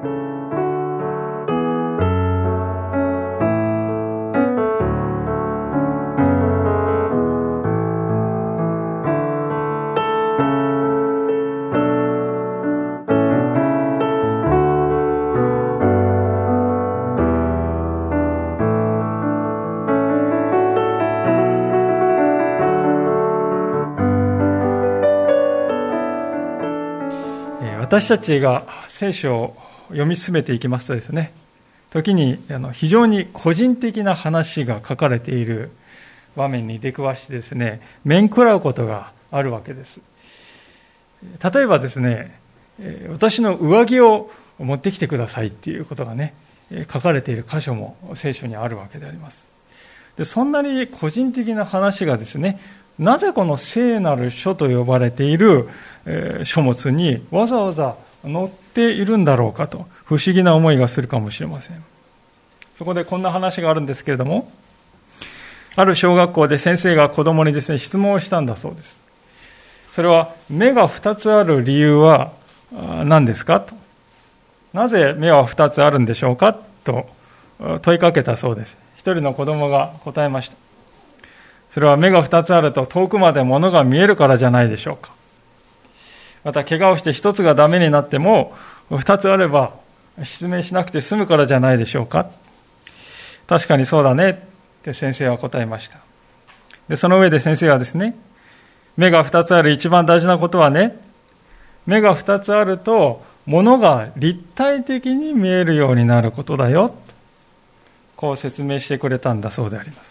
私たちが聖書を読み進めていきますとですね、時に非常に個人的な話が書かれている場面に出くわしてですね、面食らうことがあるわけです。例えばですね、私の上着を持ってきてくださいっていうことがね、書かれている箇所も聖書にあるわけであります。で、そんなに個人的な話がですね、なぜこの聖なる書と呼ばれている書物にわざわざ載っているんだろうかと不思議な思いがするかもしれません。そこでこんな話があるんですけれども、ある小学校で先生が子供にですね、質問をしたんだそうです。それは、目が2つある理由は何ですかと。なぜ目は2つあるんでしょうかと問いかけたそうです。一人の子供が答えました。それは目が2つあると遠くまで物が見えるからじゃないでしょうか。また怪我をして1つがダメになっても2つあれば失明しなくて済むからじゃないでしょうか。確かにそうだねって先生は答えました。で、その上で先生はですね、目が2つある一番大事なことはね、目が2つあると物が立体的に見えるようになることだよ。こう説明してくれたんだそうであります。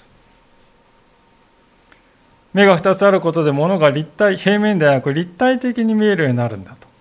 目が2つあることで物が平面ではなく立体的に見えるようになるんだと。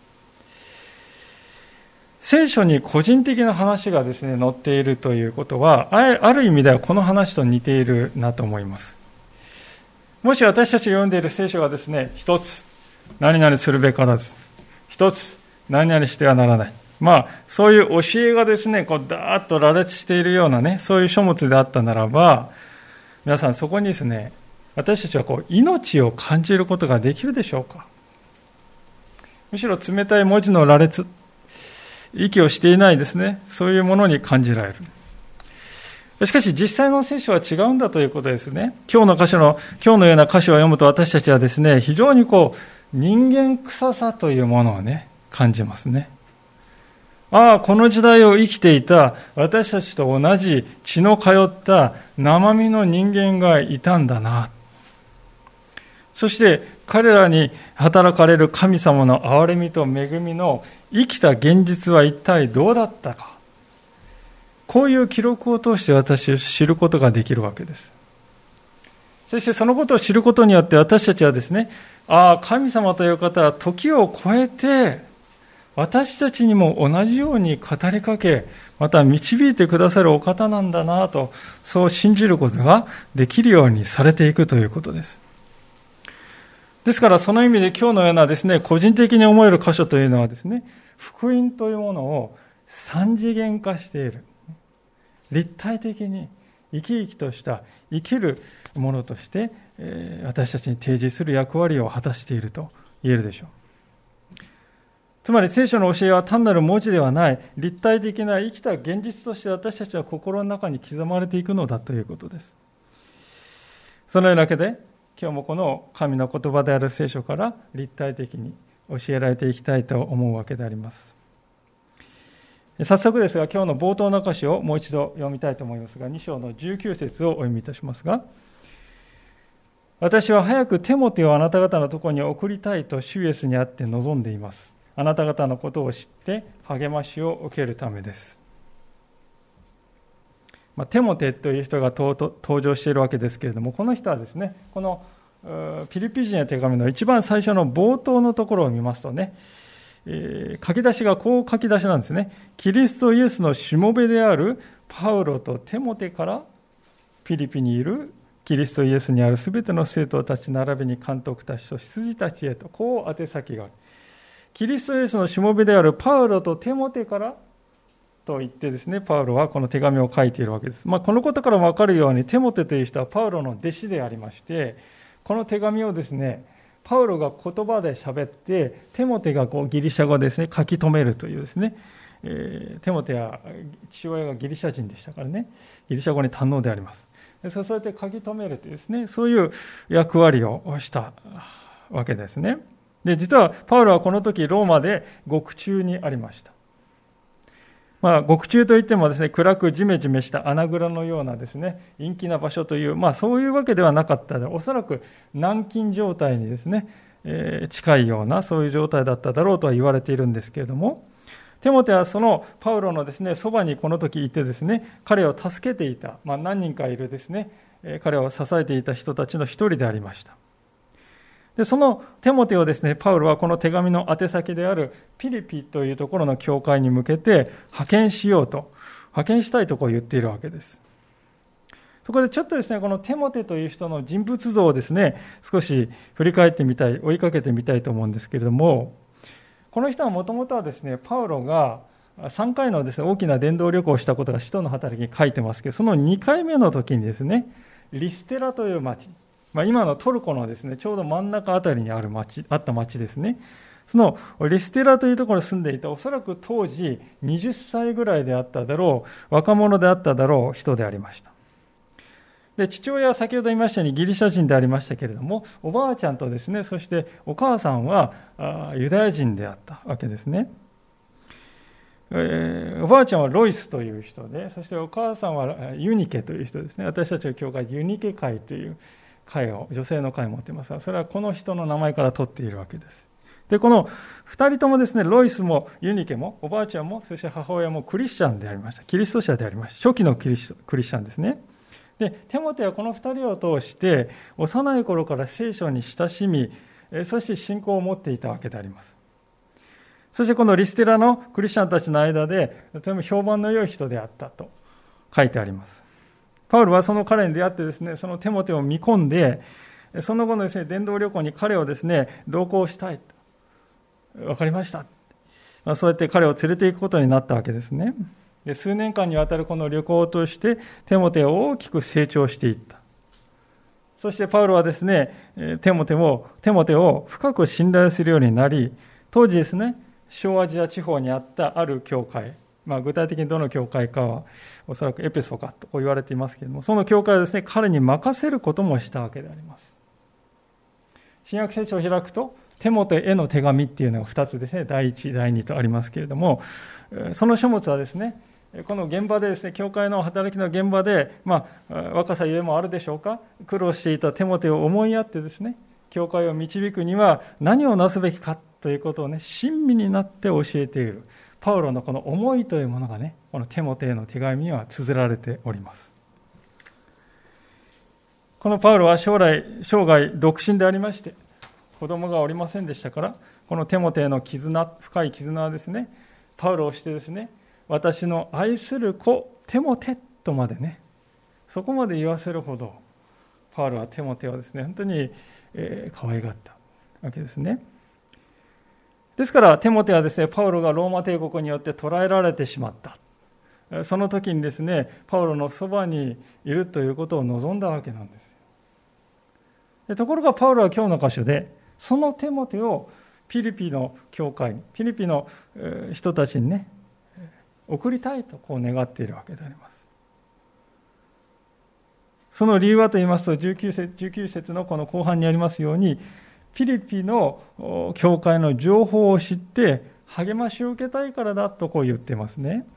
聖書に個人的な話がですね、載っているということは、ある意味ではこの話と似ているなと思います。もし私たちが読んでいる聖書がですね、一つ、何々するべからず、一つ、何々してはならない。そういう教えがですね、ダーッと羅列しているようなね、そういう書物であったならば、皆さんそこにですね、私たちは命を感じることができるでしょうか。むしろ冷たい文字の羅列、息をしていないですね、そういうものに感じられる。しかし実際の聖書は違うんだということですね。今日のような箇所を読むと私たちはですね、非常に人間臭さというものをね、感じますね。この時代を生きていた私たちと同じ血の通った生身の人間がいたんだな。そして彼らに働かれる神様の憐れみと恵みの生きた現実は一体どうだったか。こういう記録を通して私を知ることができるわけです。そしてそのことを知ることによって私たちはですね、神様という方は時を超えて私たちにも同じように語りかけ、また導いてくださるお方なんだなと、そう信じることができるようにされていくということです。ですからその意味で今日のようなですね、個人的に思える箇所というのはですね、福音というものを三次元化している。立体的に生き生きとした生きるものとして、私たちに提示する役割を果たしていると言えるでしょう。つまり聖書の教えは単なる文字ではない立体的な生きた現実として私たちは心の中に刻まれていくのだということです。そのようなわけで今日もこの神の言葉である聖書から立体的に教えられていきたいと思うわけであります。早速ですが今日の冒頭の箇所をもう一度読みたいと思いますが、2章の19節をお読みいたしますが、私は早くテモテをあなた方のところに送りたいと主イエスにあって望んでいます。あなた方のことを知って励ましを受けるためです。テモテという人が登場しているわけですけれども、この人はですね、このピリピ人へ手紙の一番最初の冒頭のところを見ますとね、書き出しがこう書き出しなんですね。キリストイエスのしもべであるパウロとテモテからピリピにいるキリストイエスにあるすべての生徒たち並びに監督たちと羊たちへと、こう宛先がある。キリストイエスのしもべであるパウロとテモテからと言ってですね、パウロはこの手紙を書いているわけです。このことからも分かるように、テモテという人はパウロの弟子でありまして、この手紙をですね、パウロが言葉で喋って、テモテがギリシャ語ですね、書き留めるというですね、 テモテは父親がギリシャ人でしたからね、ギリシャ語に堪能であります。そうやって書き留めるというですね、そういう役割をしたわけですね。で、実はパウロはこの時ローマで獄中にありました。獄中といってもですね、暗くジメジメした穴蔵のようなですね、陰気な場所という、そういうわけではなかったで、おそらく軟禁状態にですね、近いようなそういう状態だっただろうとは言われているんですけれども、テモテはそのパウロのですね、そばにこの時いてですね、彼を助けていた、何人かいるですね、彼を支えていた人たちの一人でありました。で、そのテモテをですね、パウロはこの手紙の宛先であるピリピというところの教会に向けて派遣したいとこう言っているわけです。そこでちょっとですね、このテモテという人の人物像をですね、少し振り返ってみたい、追いかけてみたいと思うんですけれども、この人はもともとはですね、パウロが3回のですね、大きな伝道旅行をしたことが使徒の働きに書いてますけど、その2回目の時にですね、リステラという町、今のトルコのですね、ちょうど真ん中あたりにあった町ですね。そのリステラというところに住んでいた、おそらく当時20歳ぐらいであっただろう、若者であっただろう人でありました。で、父親は先ほど言いましたようにギリシャ人でありましたけれども、おばあちゃんとですね、そしてお母さんはユダヤ人であったわけですね。おばあちゃんはロイスという人で、そしてお母さんはユニケという人ですね。私たちの教会ユニケ会という会を、女性の会を持っていますが、それはこの人の名前から取っているわけです。で、この2人ともですね、ロイスもユニケもおばあちゃんも、そして母親もクリスチャンでありました。キリスト者でありました。初期のクリスチャンですね。で、テモテはこの2人を通して幼い頃から聖書に親しみ、そして信仰を持っていたわけであります。そしてこのリステラのクリスチャンたちの間でとても評判の良い人であったと書いてあります。パウロはその彼に出会ってですね、そのテモテを見込んで、その後のですね、伝道旅行に彼をですね、同行したいと。わかりました。そうやって彼を連れて行くことになったわけですね。で、数年間にわたるこの旅行を通してテモテは大きく成長していった。そしてパウロはですね、テモテを深く信頼するようになり、当時ですね、小アジア地方にあったある教会、具体的にどの教会かはおそらくエペソかとこう言われていますけれども、その教会をですね、彼に任せることもしたわけであります。新約聖書を開くとテモテへの手紙っていうのが2つですね、第1、第2とありますけれども、その書物はですね、この現場でですね、教会の働きの現場で、若さゆえもあるでしょうか、苦労していたテモテを思いやってですね、教会を導くには何をなすべきかということをね、親身になって教えているパウロのこの思いというものがね、このテモテへの手紙には綴られております。このパウロは生涯独身でありまして、子供がおりませんでしたから、このテモテへの深い絆はですね、パウロをしてですね、私の愛する子テモテとまでね、そこまで言わせるほどパウロはテモテをですね、本当に可愛がったわけですね。ですからテモテはですね、パウロがローマ帝国によって捕らえられてしまった、その時にですね、パウロのそばにいるということを望んだわけなんです。ところがパウロは今日の箇所でそのテモテをピリピの教会、ピリピの人たちにね、送りたいとこう願っているわけであります。その理由はと言いますと、19節のこの後半にありますように、ピリピの教会の情報を知って励ましを受けたいからだとこう言ってますね。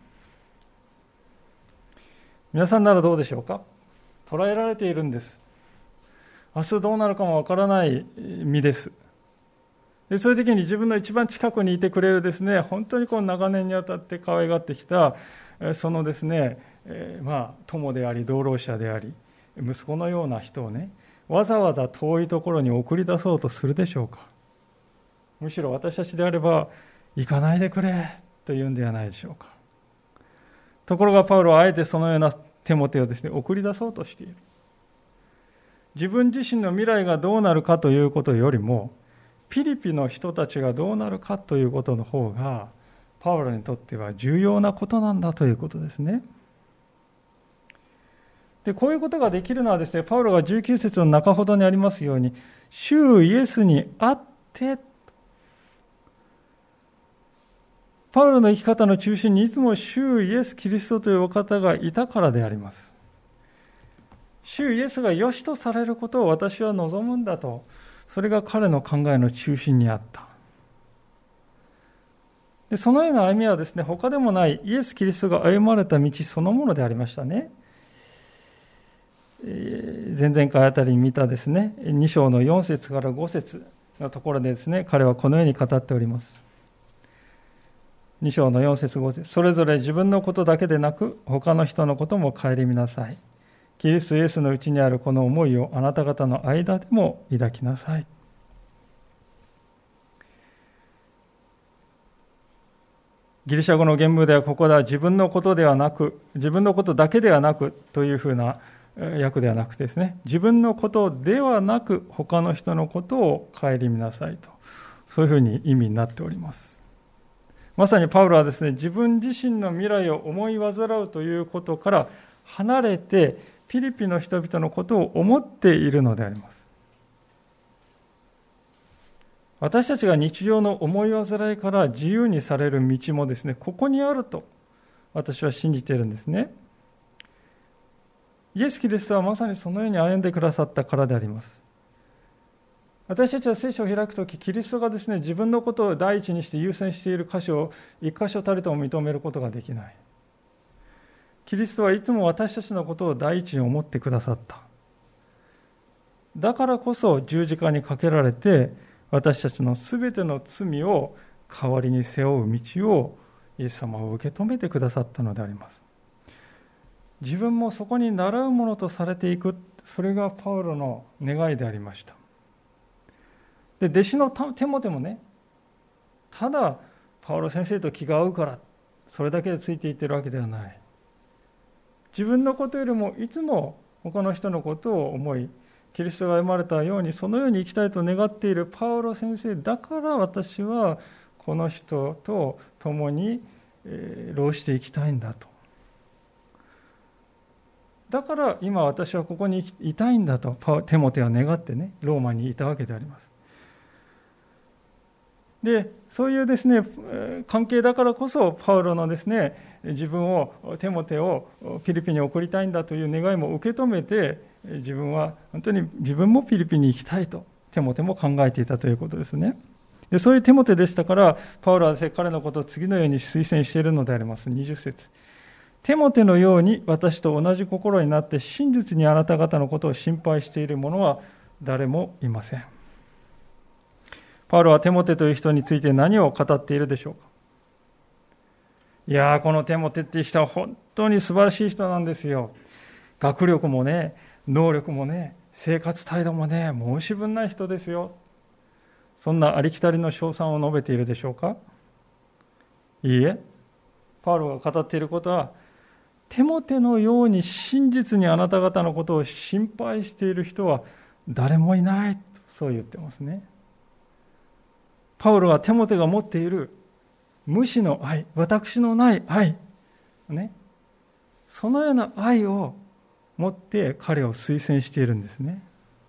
皆さんならどうでしょうか。捕らえられているんです。明日どうなるかもわからない身です。で、そういう時に自分の一番近くにいてくれるですね、本当にこう長年にわたって可愛がってきたそのですね、友であり同労者であり息子のような人をね、わざわざ遠いところに送り出そうとするでしょうか。むしろ私たちであれば行かないでくれと言うんではないでしょうか。ところがパウロはあえてそのようなテモテをですね、送り出そうとしている。自分自身の未来がどうなるかということよりも、ピリピの人たちがどうなるかということの方がパウロにとっては重要なことなんだということですね。で、こういうことができるのはですね、パウロが19節の中ほどにありますように、主イエスにあってパウロの生き方の中心にいつも主イエス・キリストというお方がいたからであります。主イエスが良しとされることを私は望むんだと、それが彼の考えの中心にあった。でそのような歩みはですね、他でもないイエス・キリストが歩まれた道そのものでありましたね。前々回あたりに見たですね、2章の4節から5節のところでですね、彼はこのように語っております。2章の4節5節、それぞれ自分のことだけでなく、他の人のことも顧みなさい。キリストイエスのうちにあるこの思いをあなた方の間でも抱きなさい。ギリシャ語の原文ではここでは自分のことではなく、自分のことだけではなくというふうな訳ではなくてですね、自分のことではなく他の人のことを顧みなさいと、そういうふうに意味になっております。まさにパウロはですね、自分自身の未来を思い煩うということから離れて、ピリピの人々のことを思っているのであります。私たちが日常の思い煩いから自由にされる道もですね、ここにあると私は信じているんですね。イエス・キリストはまさにそのように歩んでくださったからであります。私たちは聖書を開くとき、キリストがですね、自分のことを第一にして優先している箇所を一箇所たりとも認めることができない。キリストはいつも私たちのことを第一に思ってくださった。だからこそ十字架にかけられて、私たちのすべての罪を代わりに背負う道をイエス様を受け止めてくださったのであります。自分もそこに倣うものとされていく、それがパウロの願いでありました。で、弟子のテモテもね、ただパウロ先生と気が合うからそれだけでついていっているわけではない。自分のことよりもいつも他の人のことを思い、キリストが生まれたようにそのように生きたいと願っているパウロ先生だから私はこの人と共に労していきたいんだと。だから今私はここにいたいんだとテモテは願ってね、ローマにいたわけであります。で、そういうですね、関係だからこそパウロのですね、自分をテモテをピリピに送りたいんだという願いも受け止めて、自分は本当に自分もピリピに行きたいとテモテも考えていたということですね。で、そういうテモテでしたから、パウロは彼のことを次のように推薦しているのであります。20節。テモテのように私と同じ心になって真実にあなた方のことを心配している者は誰もいません。パウロはテモテという人について何を語っているでしょうか。いやー、このテモテっていう人は本当に素晴らしい人なんですよ。学力もね、能力もね、生活態度もね、申し分ない人ですよ。そんなありきたりの称賛を述べているでしょうか。いいえ、パウロが語っていることは、テモテのように真実にあなた方のことを心配している人は誰もいない、そう言ってますね。パウロはテモテが持っている無私の愛、私のない愛、ね、そのような愛を持って彼を推薦しているんですね。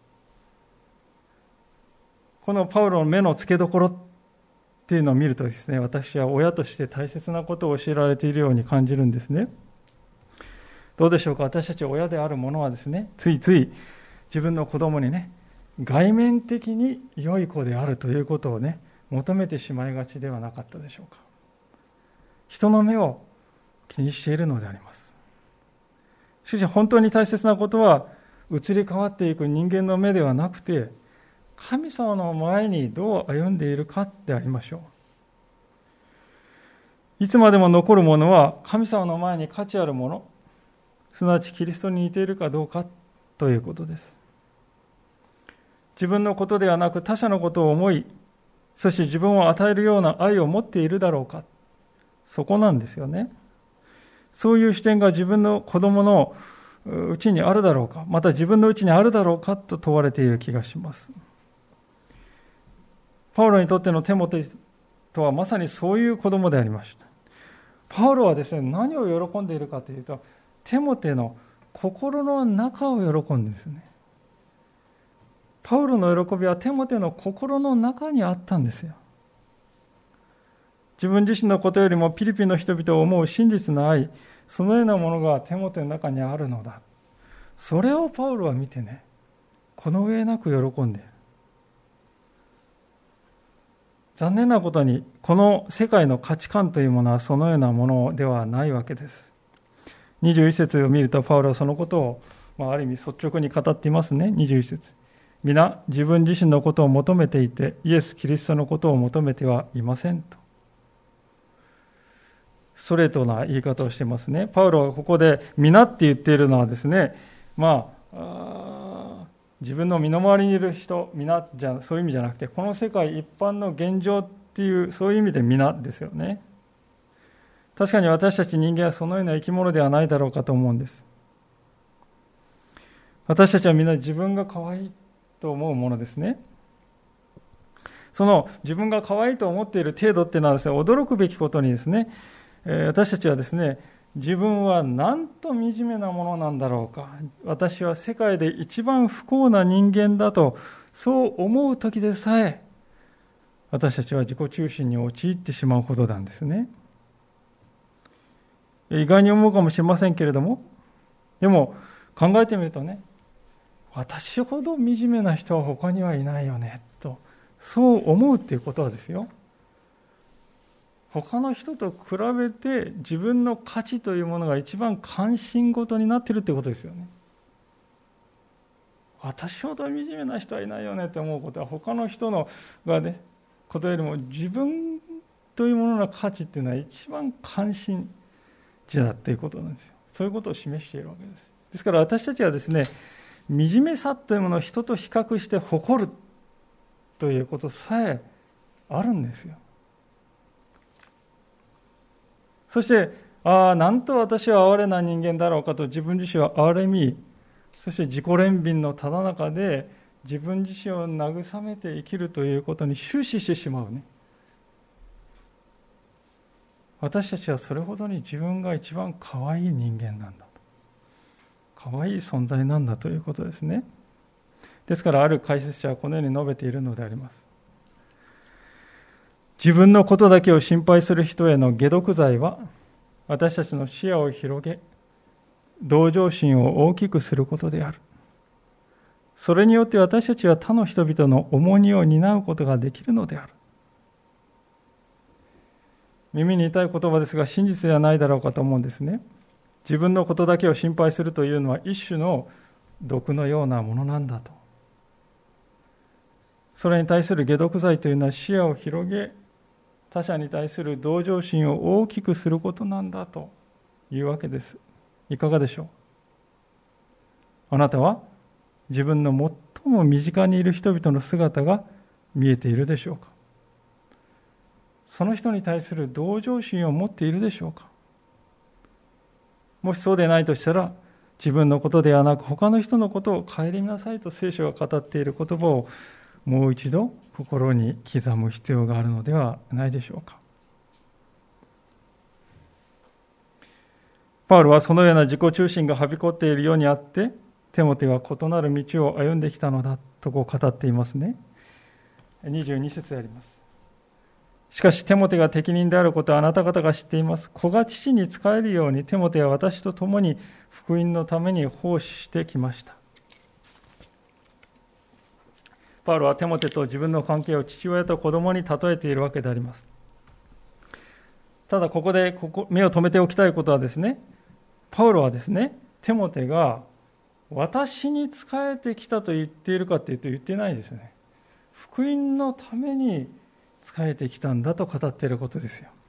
このパウロの目の付けどころっていうのを見るとですね、私は親として大切なことを教えられているように感じるんですね。どうでしょうか。私たち親である者はですね、ついつい自分の子供にね、外面的に良い子であるということをね、求めてしまいがちではなかったでしょうか。人の目を気にしているのであります。しかし本当に大切なことは、移り変わっていく人間の目ではなくて、神様の前にどう歩んでいるかでありましょう。いつまでも残るものは神様の前に価値あるもの、すなわちキリストに似ているかどうかということです。自分のことではなく他者のことを思い、そして自分を与えるような愛を持っているだろうか。そこなんですよね。そういう視点が自分の子供のうちにあるだろうか、また自分のうちにあるだろうかと問われている気がします。パウロにとってのテモテとはまさにそういう子供でありました。パウロはですね、何を喜んでいるかというと、テモテの心の中を喜んでですね、パウロの喜びはテモテの心の中にあったんですよ。 自分自身のことよりもピリピの人々を思う真実の愛、そのようなものがテモテの中にあるのだ。それをパウロは見てね、この上なく喜んでいる。残念なことに、この世界の価値観というものはそのようなものではないわけです。21節を見ると、パウロはそのことを、ある意味率直に語っていますね。21節。皆、自分自身のことを求めていて、イエス・キリストのことを求めてはいませんと。ストレートな言い方をしてますね。パウロはここで皆って言っているのはですね、自分の身の回りにいる人、皆じゃそういう意味じゃなくて、この世界一般の現状っていう、そういう意味で皆ですよね。確かに私たち人間はそのような生き物ではないだろうかと思うんです。私たちはみんな自分が可愛いと思うものですね。その自分が可愛いと思っている程度っていうのはですね、驚くべきことにですね、私たちはですね、自分はなんと惨めなものなんだろうか。私は世界で一番不幸な人間だと、そう思う時でさえ、私たちは自己中心に陥ってしまうほどなんですね。意外に思うかもしれませんけれども、でも考えてみるとね、私ほど惨めな人は他にはいないよね、と、そう思うっていうことはですよ。他の人と比べて自分の価値というものが一番関心事になっているということですよね。私ほど惨めな人はいないよねと思うことは、他の人のがね、ことよりも自分というものの価値っていうのは一番関心事だということなんですよ。そういうことを示しているわけです。ですから私たちはですね、惨めさというものを人と比較して誇るということさえあるんですよ。そして、なんと私は哀れな人間だろうかと自分自身は哀れみ、そして自己憐憫のただ中で自分自身を慰めて生きるということに終始してしまうね。私たちはそれほどに自分が一番可愛い人間なんだと。可愛い存在なんだということですね。ですからある解説者はこのように述べているのであります。自分のことだけを心配する人への解毒剤は、私たちの視野を広げ、同情心を大きくすることである。それによって私たちは他の人々の重荷を担うことができるのである。耳に痛い言葉ですが、真実ではないだろうかと思うんですね。自分のことだけを心配するというのは一種の毒のようなものなんだと。それに対する解毒剤というのは視野を広げ、他者に対する同情心を大きくすることなんだというわけです。いかがでしょう。あなたは自分の最も身近にいる人々の姿が見えているでしょうか。その人に対する同情心を持っているでしょうか。もしそうでないとしたら、自分のことではなく他の人のことを顧みなさいと聖書が語っている言葉をもう一度心に刻む必要があるのではないでしょうか。パウロはそのような自己中心がはびこっているようにあって、テモテは異なる道を歩んできたのだと語っていますね。22節であります。しかしテモテが適任であることはあなた方が知っています。子が父に仕えるようにテモテは私と共に福音のために奉仕してきました。パウロはテモテと自分の関係を父親と子供に例えているわけであります。ただここで目を留めておきたいことはですね、パウロはですね、テモテが私に仕えてきたと言っているかというと言ってないですよね。福音のために仕えてきたんだと語っていることですよ。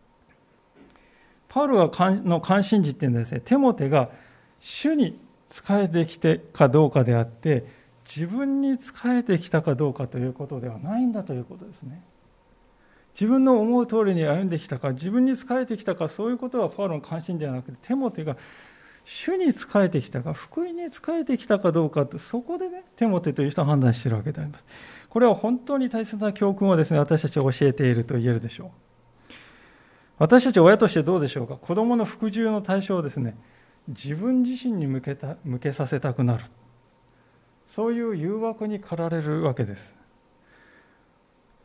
パウロの関心事っていうのはですね、テモテが主に仕えてきてかどうかであって、自分に仕えてきたかどうかということではないんだということですね。自分の思う通りに歩んできたか、自分に仕えてきたか、そういうことはパウロの関心ではなくて、テモテが主に仕えてきたか、福音に仕えてきたかどうかと、そこでね、テモテという人は判断しているわけであります。これは本当に大切な教訓をですね、私たちは教えていると言えるでしょう。私たち親としてどうでしょうか。子供の服従の対象をですね、自分自身に向けさせたくなる。そういう誘惑に駆られるわけです。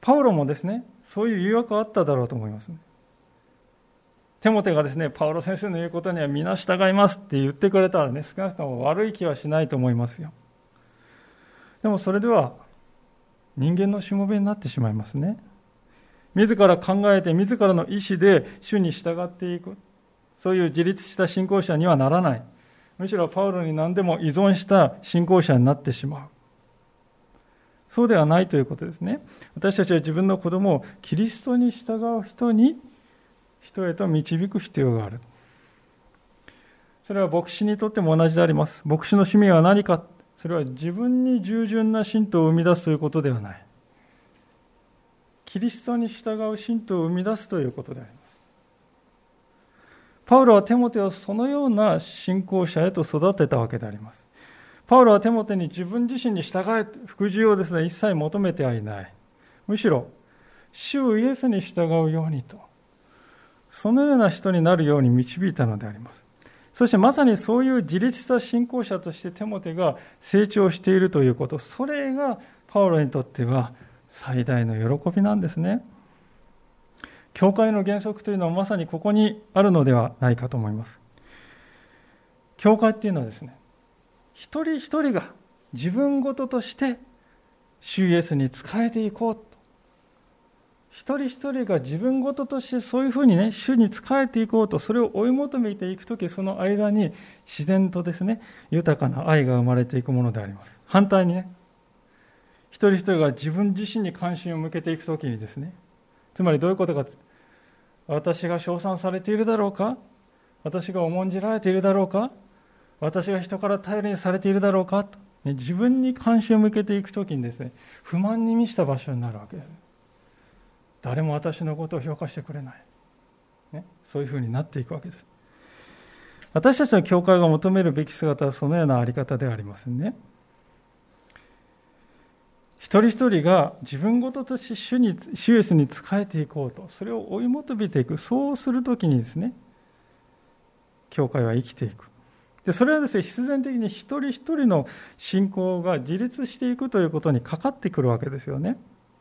パウロもですね、そういう誘惑があっただろうと思いますね。テモテがですね、パウロ先生の言うことには皆従いますって言ってくれたらね、少なくとも悪い気はしないと思いますよ。でもそれでは人間のしもべになってしまいますね。自ら考えて自らの意思で主に従っていく、そういう自立した信仰者にはならない。むしろパウロに何でも依存した信仰者になってしまう。そうではないということですね。私たちは自分の子供をキリストに従う人へと導く必要がある。それは牧師にとっても同じであります。牧師の使命は何か。それは自分に従順な信徒を生み出すということではない。キリストに従う信徒を生み出すということであります。パウロはテモテをそのような信仰者へと育てたわけであります。パウロはテモテに自分自身に従え、服従をですね、一切求めてはいない。むしろ、主イエスに従うようにと、そのような人になるように導いたのであります。そしてまさにそういう自立した信仰者としてテモテが成長しているということ、それがパウロにとっては最大の喜びなんですね。教会の原則というのはまさにここにあるのではないかと思います。教会っていうのはですね、一人一人が自分ごととして主イエスに仕えていこうと。一人一人が自分ごととしてそういうふうにね、主に仕えていこうと、それを追い求めていくとき、その間に自然とですね、豊かな愛が生まれていくものであります。反対にね、一人一人が自分自身に関心を向けていくときにですね、つまりどういうことか、私が称賛されているだろうか、私が重んじられているだろうか、私が人から頼りにされているだろうかと、ね、自分に関心を向けていくときにですね、不満に満ちた場所になるわけです。誰も私のことを評価してくれない、ね、そういうふうになっていくわけです。私たちの教会が求めるべき姿はそのようなあり方ではありませんね。一人一人が自分ごととして主イエスに仕えていこうと、それを追い求めていく、そうするときにですね、教会は生きていく。でそれはですね、必然的に一人一人の信仰が自立していくということにかかってくるわけですよね。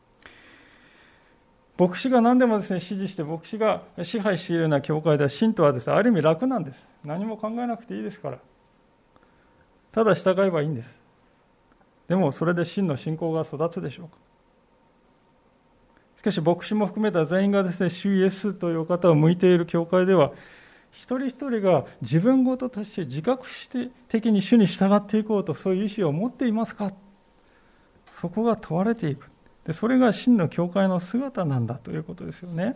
牧師が何でもですね、指示して牧師が支配しているような教会では、信徒はですね、ある意味楽なんです。何も考えなくていいですから。ただ従えばいいんです。でもそれで真の信仰が育つでしょうか。しかし牧師も含めた全員がですね、主イエスという方を向いている教会では、一人一人が自分ごととして自覚して的に主に従っていこうと、そういう意思を持っていますか。そこが問われていく。でそれが真の教会の姿なんだということですよね。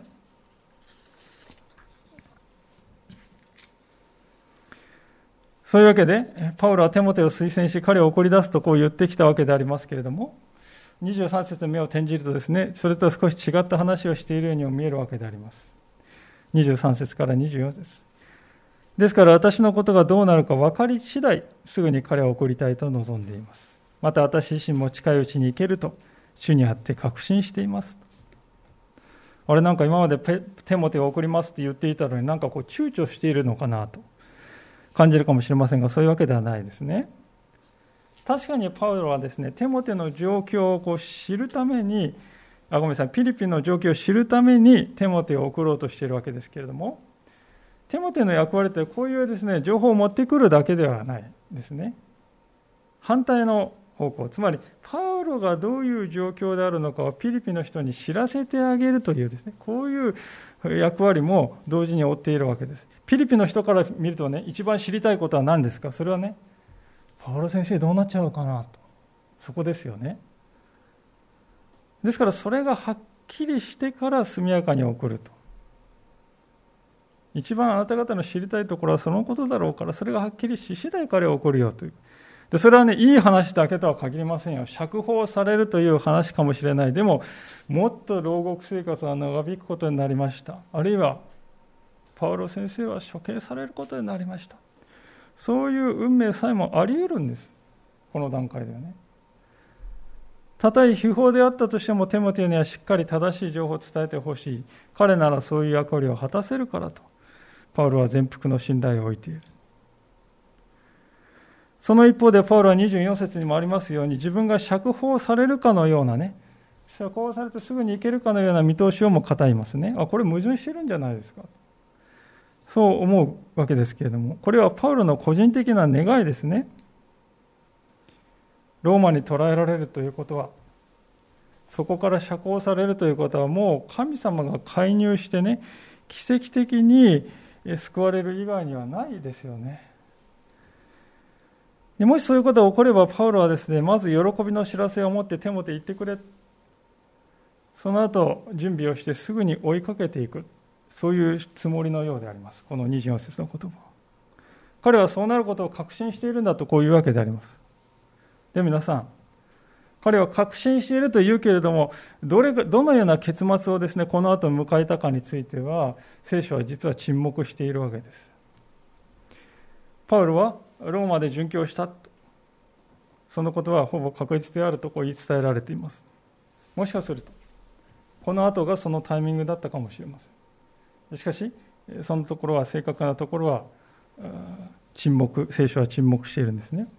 そういうわけでパウロはテモテを推薦し、彼を送り出すとこう言ってきたわけでありますけれども、23節の目を転じるとですね、それと少し違った話をしているようにも見えるわけであります。23節から24節ですから、私のことがどうなるか分かり次第、すぐに彼を送りたいと望んでいます。また私自身も近いうちに行けると主にあって確信しています。あれ、なんか今までテモテを送りますって言っていたのに、なんかこう躊躇しているのかなと感じるかもしれませんが、そういうわけではないですね。確かにパウロはですね、テモテの状況をこう知るために、ピリピの状況を知るためにテモテを送ろうとしているわけですけれども、テモテの役割ってこういうですね、情報を持ってくるだけではないですね。反対の方向、つまりパウロがどういう状況であるのかをピリピの人に知らせてあげるというですね、こういう役割も同時に負っているわけです。ピリピの人から見るとね、一番知りたいことは何ですか。それはね、パウロ先生どうなっちゃうかなと、そこですよね。ですからそれがはっきりしてから速やかに送ると。一番あなた方の知りたいところはそのことだろうから、それがはっきりし次第彼を送るよという。でそれはね、いい話だけとは限りませんよ。釈放されるという話かもしれない。でももっと牢獄生活は長引くことになりました。あるいはパウロ先生は処刑されることになりました。そういう運命さえもあり得るんです、この段階ではね。たとえ秘宝であったとしても、テモテにはしっかり正しい情報を伝えてほしい。彼ならそういう役割を果たせるからと、パウロは全幅の信頼を置いている。その一方でパウロは24節にもありますように、自分が釈放されるかのようなね、 釈放されてすぐに行けるかのような見通しをも語りますね。これ矛盾してるんじゃないですか。そう思うわけですけれども、これはパウロの個人的な願いですね。ローマに捕らえられるということは、そこから釈放されるということは、もう神様が介入してね、奇跡的に救われる以外にはないですよね。でもしそういうことが起これば、パウロはですね、まず喜びの知らせを持ってテモテ行ってくれ。その後、準備をしてすぐに追いかけていく。そういうつもりのようであります。この24節の言葉。彼はそうなることを確信しているんだとこういうわけであります。で、皆さん、彼は確信していると言うけれども、どのような結末をですね、この後迎えたかについては、聖書は実は沈黙しているわけです。パウロはローマで殉教した。そのことはほぼ確実であるとこう言い伝えられています。もしかすると、この後がそのタイミングだったかもしれません。しかし、そのところは、正確なところは、聖書は沈黙しているんですね。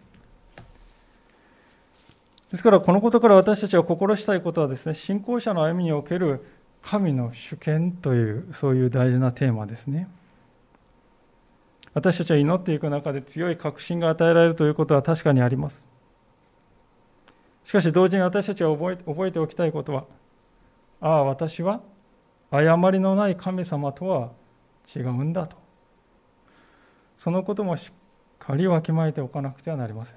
ですから、このことから私たちが心したいことはですね、信仰者の歩みにおける神の主権という、そういう大事なテーマですね。私たちは祈っていく中で強い確信が与えられるということは確かにあります。しかし、同時に私たちが覚えておきたいことは、私は誤りのない神様とは違うんだと。そのこともしっかりわきまえておかなくてはなりません。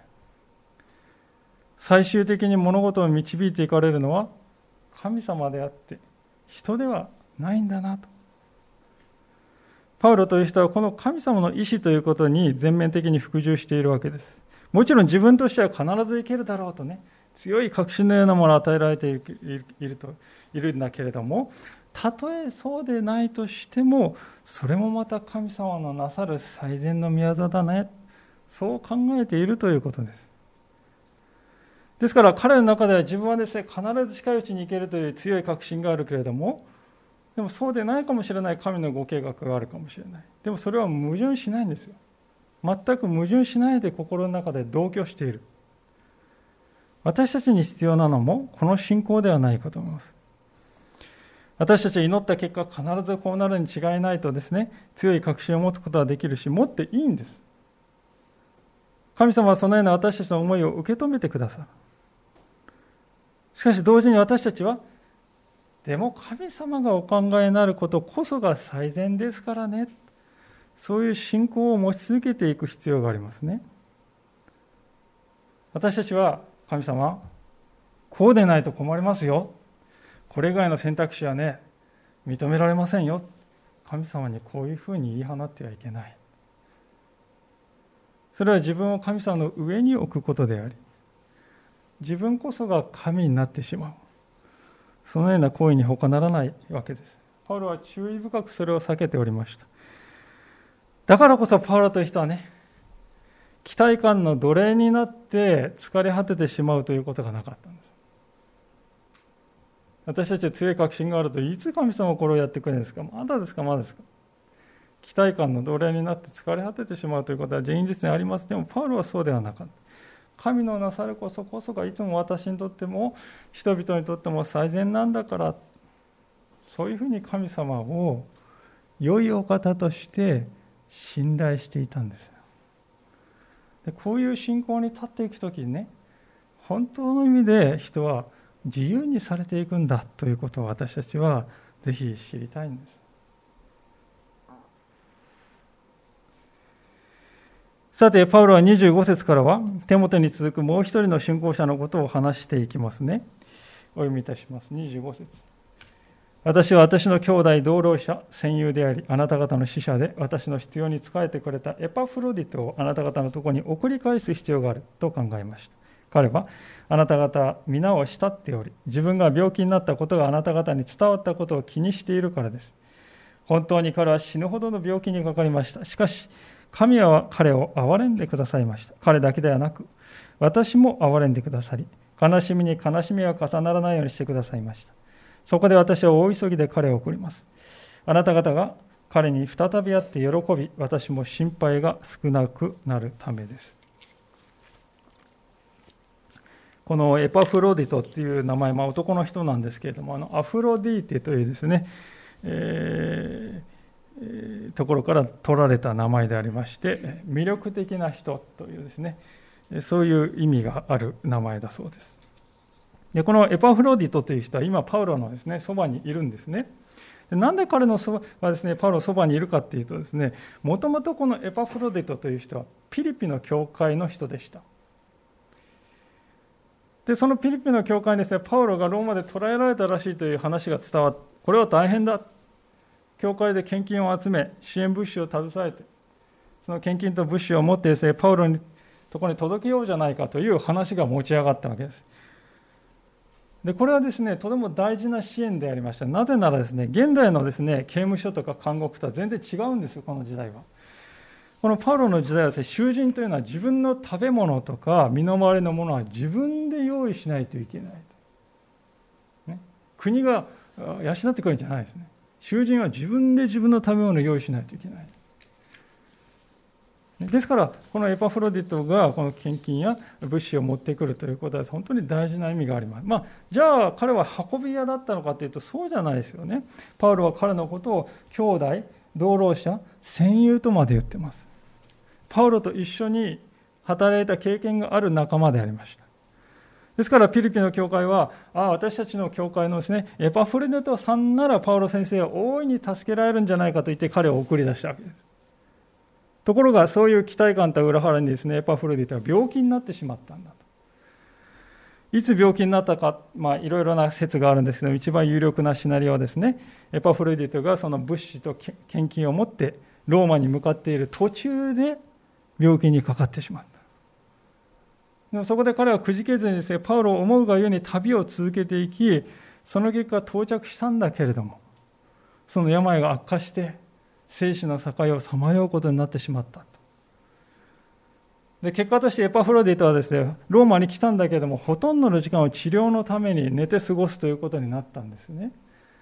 最終的に物事を導いていかれるのは神様であって人ではないんだなと。パウロという人はこの神様の意志ということに全面的に服従しているわけです。もちろん自分としては必ずいけるだろうとね、強い確信のようなものを与えられているんだけれども、たとえそうでないとしても、それもまた神様のなさる最善の御業だね、そう考えているということです。ですから彼の中では自分はですね、必ず近いうちに行けるという強い確信があるけれども、でもそうでないかもしれない神のご計画があるかもしれない。でもそれは矛盾しないんですよ。全く矛盾しないで心の中で同居している。私たちに必要なのもこの信仰ではないかと思います。私たちは祈った結果必ずこうなるに違いないとですね、強い確信を持つことはできるし、持っていいんです。神様はそのような私たちの思いを受け止めてくださる。しかし同時に私たちは、でも神様がお考えになることこそが最善ですからね、そういう信仰を持ち続けていく必要がありますね。私たちは、神様、こうでないと困りますよ。これ以外の選択肢はね、認められませんよ。神様にこういうふうに言い放ってはいけない。それは自分を神様の上に置くことであり、自分こそが神になってしまう。そのような行為に他ならないわけです。パウロは注意深くそれを避けておりました。だからこそパウロという人はね、期待感の奴隷になって疲れ果ててしまうということがなかったんです。私たちは強い確信があると、いつ神様はこれをやってくれるんですか、まだですか。期待感の奴隷になって疲れ果ててしまうということは現実にあります。でもパウロはそうではなかった。神のなさることこそがいつも私にとっても人々にとっても最善なんだから、そういうふうに神様を良いお方として信頼していたんです。でこういう信仰に立っていくときにね、本当の意味で人は自由にされていくんだということを私たちはぜひ知りたいんです。さて、パウロは25節からはテモテに続くもう一人の信仰者のことを話していきますね。お読みいたします。25節。私は私の兄弟同労者戦友であり、あなた方の使者で私の必要に仕えてくれたエパフロディトをあなた方のところに送り返す必要があると考えました。彼はあなた方皆を慕っており、自分が病気になったことがあなた方に伝わったことを気にしているからです。本当に彼は死ぬほどの病気にかかりました。しかし神は彼を憐れんでくださいました。彼だけではなく私も憐れんでくださり、悲しみに悲しみが重ならないようにしてくださいました。そこで私は大急ぎで彼を送ります。あなた方が彼に再び会って喜び、私も心配が少なくなるためです。 このエパフロディトっていう名前、男の人なんですけれども、アフロディーテというですね、ところから取られた名前でありまして、魅力的な人というですね、そういう意味がある名前だそうです。で、このエパフロディトという人は今パウロのですね、そばにいるんですね。なんで彼のそばはですね、パウロのそばにいるかっていうとですね、もともとこのエパフロディトという人はピリピの教会の人でした。で、そのピリピの教会にですね、パウロがローマで捕らえられたらしいという話が伝わって、これは大変だ。教会で献金を集め、支援物資を携えて、その献金と物資を持ってですね、パウロのところに届けようじゃないかという話が持ち上がったわけです。で、これはですね、とても大事な支援でありました。なぜならですね、現代のですね、刑務所とか監獄とは全然違うんですよ、この時代は。このパウロの時代はですね、囚人というのは自分の食べ物とか身の回りのものは自分で用意しないといけない。ね、国が養ってくるんじゃないですね。囚人は自分で自分の食べ物を用意しないといけない。ですから、このエパフロディトがこの献金や物資を持ってくるということは本当に大事な意味があります。じゃあ彼は運び屋だったのかというとそうじゃないですよね。パウロは彼のことを兄弟、同労者、戦友とまで言っています。パウロと一緒に働いた経験がある仲間でありました。ですからピリピの教会は、私たちの教会のですね、エパフロディトさんならパウロ先生は大いに助けられるんじゃないかと言って彼を送り出したわけです。ところがそういう期待感と裏腹にですね、エパフロディトは病気になってしまったんだと。いつ病気になったか、いろいろな説があるんですけど、一番有力なシナリオはですね、エパフロディトがその物資と献金を持ってローマに向かっている途中で病気にかかってしまった。でもそこで彼はくじけずにですね、パウロを思うがゆえに旅を続けていき、その結果到着したんだけれども、その病が悪化して生死の境をさまようことになってしまったと。で、結果としてエパフロディトはですね、ローマに来たんだけれども、ほとんどの時間を治療のために寝て過ごすということになったんですね。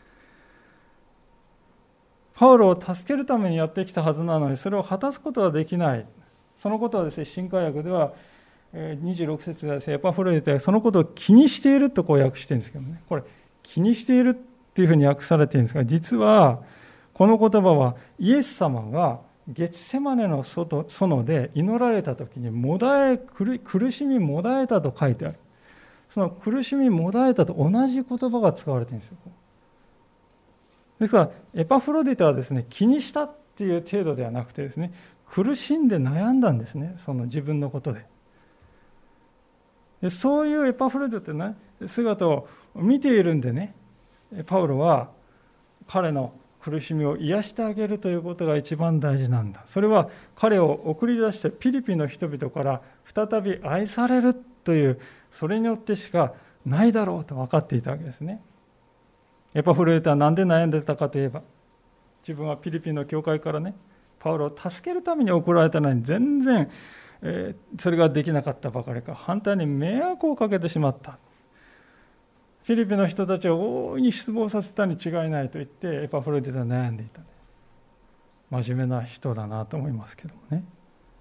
パウロを助けるためにやってきたはずなのに、それを果たすことはできない。そのことはですね、新海訳では26節ではですね、エパフロディトはそのことを気にしているとこう訳してるんですけどね、これ気にしているっていうふうに訳されているんですが、実はこの言葉はイエス様がゲツセマネの園で祈られた時に苦しみもだえたと書いてある。その苦しみもだえたと同じ言葉が使われているんですよ。ですからエパフロディトはですね、気にしたっていう程度ではなくてですね、苦しんで悩んだんですね、その自分のことで。そういうエパフロディトの姿を見ているんでね、パウロは彼の苦しみを癒してあげるということが一番大事なんだ。それは彼を送り出してピリピの人々から再び愛されるという、それによってしかないだろうと分かっていたわけですね。エパフロディトは何で悩んでたかといえば、自分はピリピの教会からね、パウロを助けるために送られたのに全然それができなかったばかりか、反対に迷惑をかけてしまった。フィリピンの人たちを大いに失望させたに違いないと言ってエパフロディトは悩んでいた。真面目な人だなと思いますけどもね。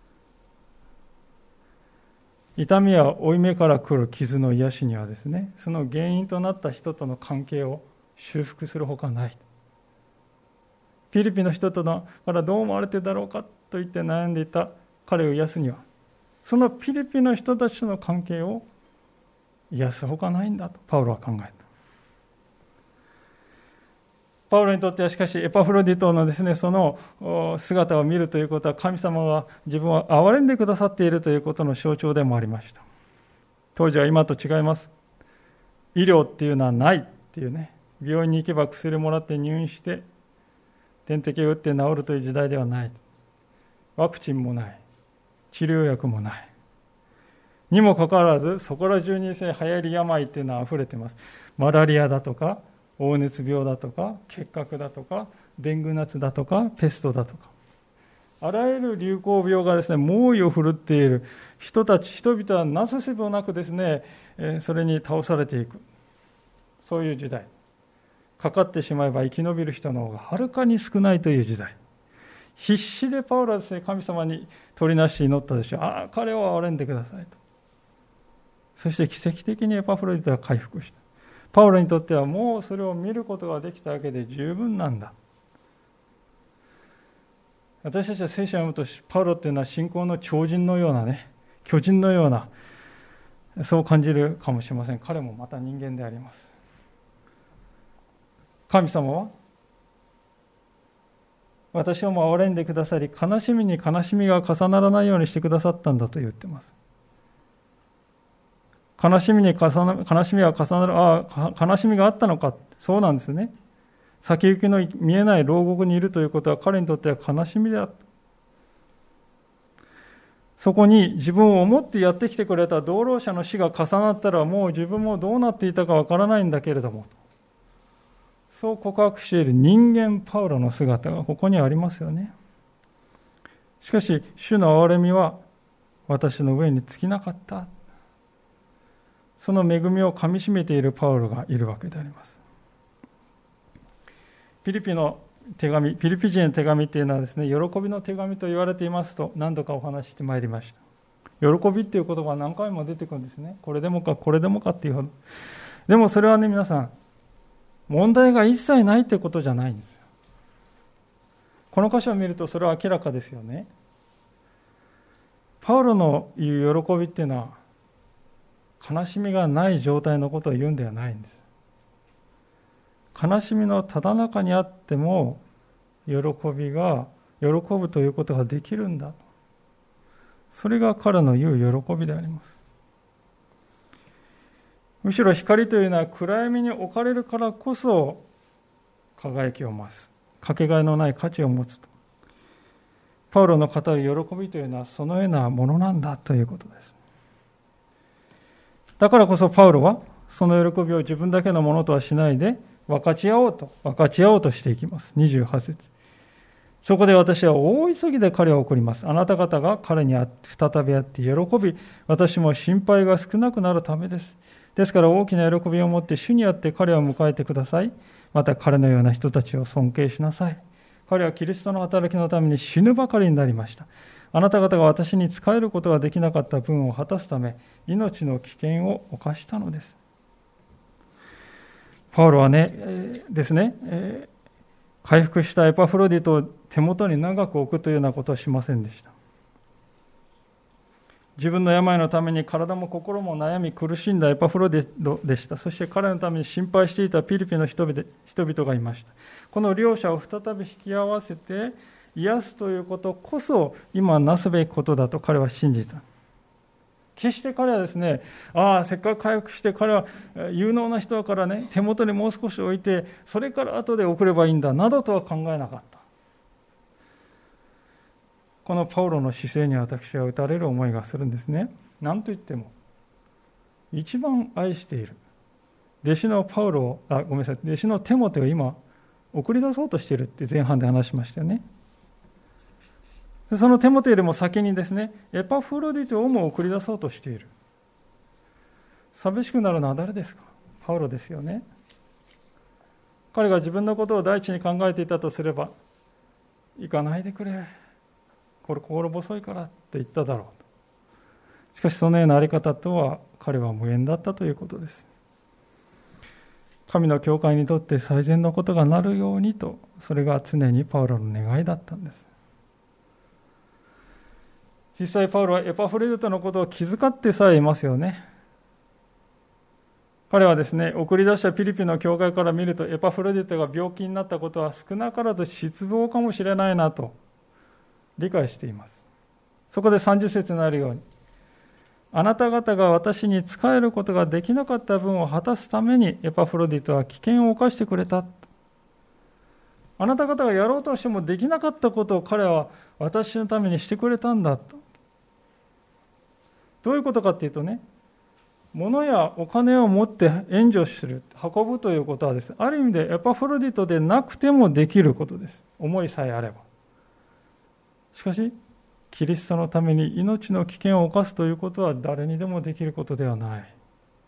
痛みや負い目から来る傷の癒しにはですね、その原因となった人との関係を修復するほかない。フィリピンの人とのからどう思われているだろうかと言って悩んでいた彼を癒すには、そのフィリピンの人たちとの関係を癒すほかないんだとパウロは考えた。パウロにとってはしかしエパフロディトのですね、その姿を見るということは、神様が自分を憐れんでくださっているということの象徴でもありました。当時は今と違います。医療っていうのはないっていうね、病院に行けば薬もらって入院して点滴を打って治るという時代ではない。ワクチンもない、治療薬もないにもかかわらず、そこら中に流行り病っていうのは溢れています。マラリアだとか黄熱病だとか結核だとかデング熱だとかペストだとか、あらゆる流行病がですね、猛威を振るっている。人々はなすすべもなくですね、それに倒されていく、そういう時代。かかってしまえば生き延びる人の方がはるかに少ないという時代。必死でパウロはですね、神様に取りなし祈ったでしょう。彼を憐れんでくださいと。 そして奇跡的にエパフロディトは回復した。パウロにとってはもうそれを見ることができただけで十分なんだ。私たちは聖書を読むと、パウロっていうのは信仰の超人のようなね、巨人のような、そう感じるかもしれません。彼もまた人間であります。神様は私をも憐れんでくださり、悲しみに悲しみが重ならないようにしてくださったんだと言っています。悲しみが重なる、悲しみがあったのか。そうなんですね。先行きの見えない牢獄にいるということは彼にとっては悲しみであった。そこに自分を思ってやってきてくれた同労者の死が重なったら、もう自分もどうなっていたかわからないんだけれども、そう告白している人間パウロの姿がここにありますよね。しかし主の憐れみは私の上に尽きなかった。その恵みをかみしめているパウロがいるわけであります。ピリピ人への手紙というのはですね、喜びの手紙と言われていますと何度かお話ししてまいりました。喜びっていう言葉が何回も出てくるんですね。これでもかこれでもかっていうほど。でもそれはね、皆さん、問題が一切ないということじゃないんですよ。この箇所を見るとそれは明らかですよね。パウロの言う喜びっていうのは、悲しみがない状態のことを言うんではないんです。悲しみのただ中にあっても喜ぶということができるんだ。それが彼の言う喜びであります。むしろ光というのは暗闇に置かれるからこそ輝きを増す、かけがえのない価値を持つと。パウロの語る喜びというのはそのようなものなんだということです。だからこそパウロはその喜びを自分だけのものとはしないで分かち合おうとしていきます。28節。そこで私は大急ぎで彼を送ります。あなた方が彼に再び会って喜び、私も心配が少なくなるためです。ですから大きな喜びを持って主にあって彼を迎えてください。また彼のような人たちを尊敬しなさい。彼はキリストの働きのために死ぬばかりになりました。あなた方が私に仕えることができなかった分を果たすため、命の危険を冒したのです。パウロは回復したエパフロディトを手元に長く置くというようなことはしませんでした。自分の病のために体も心も悩み苦しんだエパフロディトでした。そして彼のために心配していたピリピの人々がいました。この両者を再び引き合わせて癒すということこそ今なすべきことだと彼は信じた。決して彼はですね、せっかく回復して彼は有能な人だからね、手元にもう少し置いてそれから後で送ればいいんだなどとは考えなかった。このパウロの姿勢に私は打たれる思いがするんですね。何と言っても一番愛している弟子の弟子のテモテを今送り出そうとしているって前半で話しましたよね。そのテモテよりも先にですね、エパフロディトをも送り出そうとしている。寂しくなるのは誰ですか？パウロですよね。彼が自分のことを第一に考えていたとすれば、行かないでくれ、これ心細いからって言っただろう。しかしそのようなあり方とは彼は無縁だったということです。神の教会にとって最善のことがなるようにと、それが常にパウロの願いだったんです。実際パウロはエパフロディトのことを気遣ってさえいますよね。彼はですね、送り出したピリピの教会から見るとエパフロディトが病気になったことは少なからず失望かもしれないなと理解しています。そこで30節になるように、あなた方が私に仕えることができなかった分を果たすためにエパフロディトは危険を冒してくれた。あなた方がやろうとしてもできなかったことを彼は私のためにしてくれたんだと。どういうことかっていうとね、物やお金を持って援助する、運ぶということはですね、ある意味でエパフロディトでなくてもできることです。思いさえあれば。しかし、キリストのために命の危険を冒すということは誰にでもできることではない。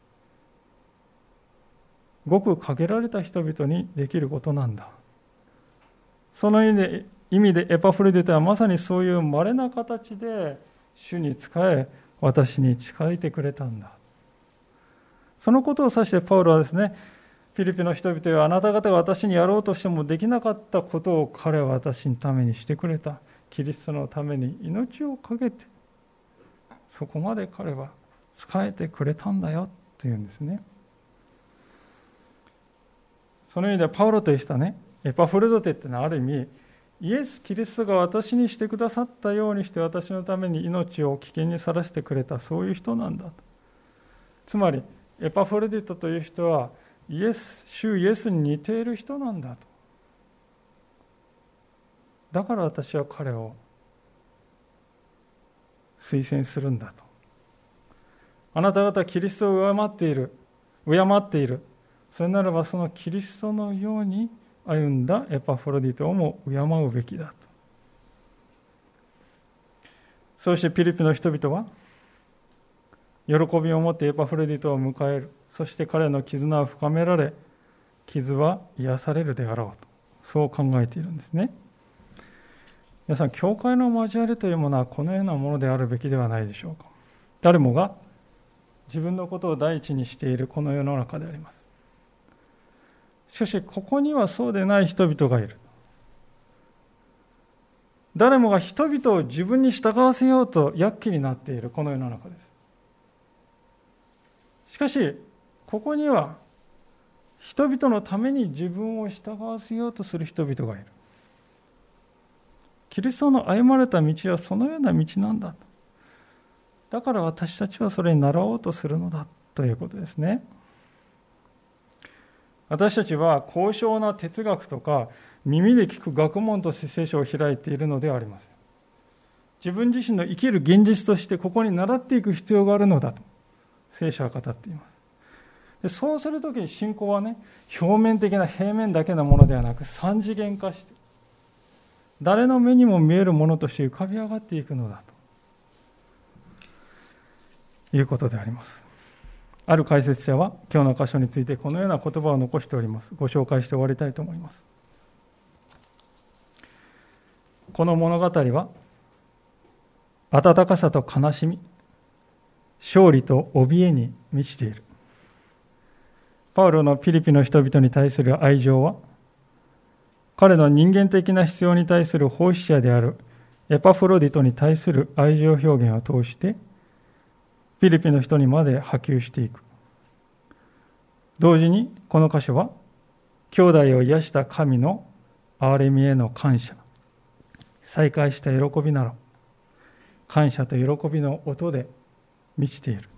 ごく限られた人々にできることなんだ。その意味でエパフロディトはまさにそういう稀な形で主に仕え、私に仕えてくれたんだ。 そのことを指してパウロはですね、フィリピの人々はあなた方が私にやろうとしてもできなかったことを彼は私のためにしてくれた。キリストのために命を懸けて、そこまで彼は仕えてくれたんだよというんですね。その意味でパウロという人はね、エパフロディトというのはある意味、イエス・キリストが私にしてくださったようにして私のために命を危険にさらしてくれた、そういう人なんだと。つまりエパフロディトという人は主イエスに似ている人なんだと。だから私は彼を推薦するんだと。あなた方はキリストを敬っている。それならばそのキリストのように歩んだエパフロディトをも敬うべきだと。そしてピリピの人々は喜びを持ってエパフロディトを迎える。そして彼の絆は深められ、傷は癒されるであろうと、そう考えているんですね。皆さん、教会の交わりというものはこのようなものであるべきではないでしょうか。誰もが自分のことを第一にしているこの世の中であります。しかしここにはそうでない人々がいる。誰もが人々を自分に従わせようと躍起になっているこの世の中です。しかしここには人々のために自分を従わせようとする人々がいる。キリストの歩まれた道はそのような道なんだ。だから私たちはそれに倣おうとするのだということですね。私たちは高尚な哲学とか耳で聞く学問として聖書を開いているのではありません。自分自身の生きる現実としてここに倣っていく必要があるのだと聖書は語っています。でそうするときに信仰はね、表面的な平面だけのものではなく三次元化して、誰の目にも見えるものとして浮かび上がっていくのだということであります。ある解説者は今日の箇所についてこのような言葉を残しております。ご紹介して終わりたいと思います。この物語は温かさと悲しみ、勝利と怯えに満ちている。パウロのピリピの人々に対する愛情は、彼の人間的な必要に対する奉仕者であるエパフロディトに対する愛情表現を通してピリピの人にまで波及していく。同時にこの箇所は兄弟を癒した神の憐れみへの感謝、再会した喜びなど感謝と喜びの音で満ちている。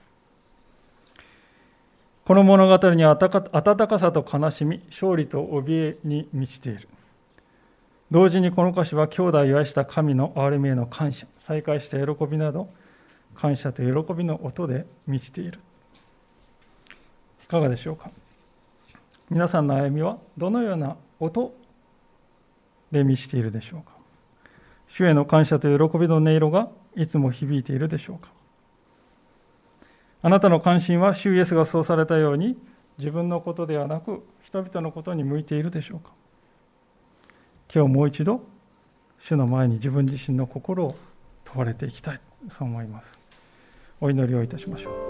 この物語には温かさと悲しみ、勝利と怯えに満ちている。同時にこの歌詞は兄弟を愛した神の憐れみへの感謝、再会した喜びなど感謝と喜びの音で満ちている。いかがでしょうか。皆さんの歩みはどのような音で満ちているでしょうか。主への感謝と喜びの音色がいつも響いているでしょうか。あなたの関心は主イエスがそうされたように自分のことではなく人々のことに向いているでしょうか。今日もう一度主の前に自分自身の心を問われていきたい、そう思います。お祈りをいたしましょう。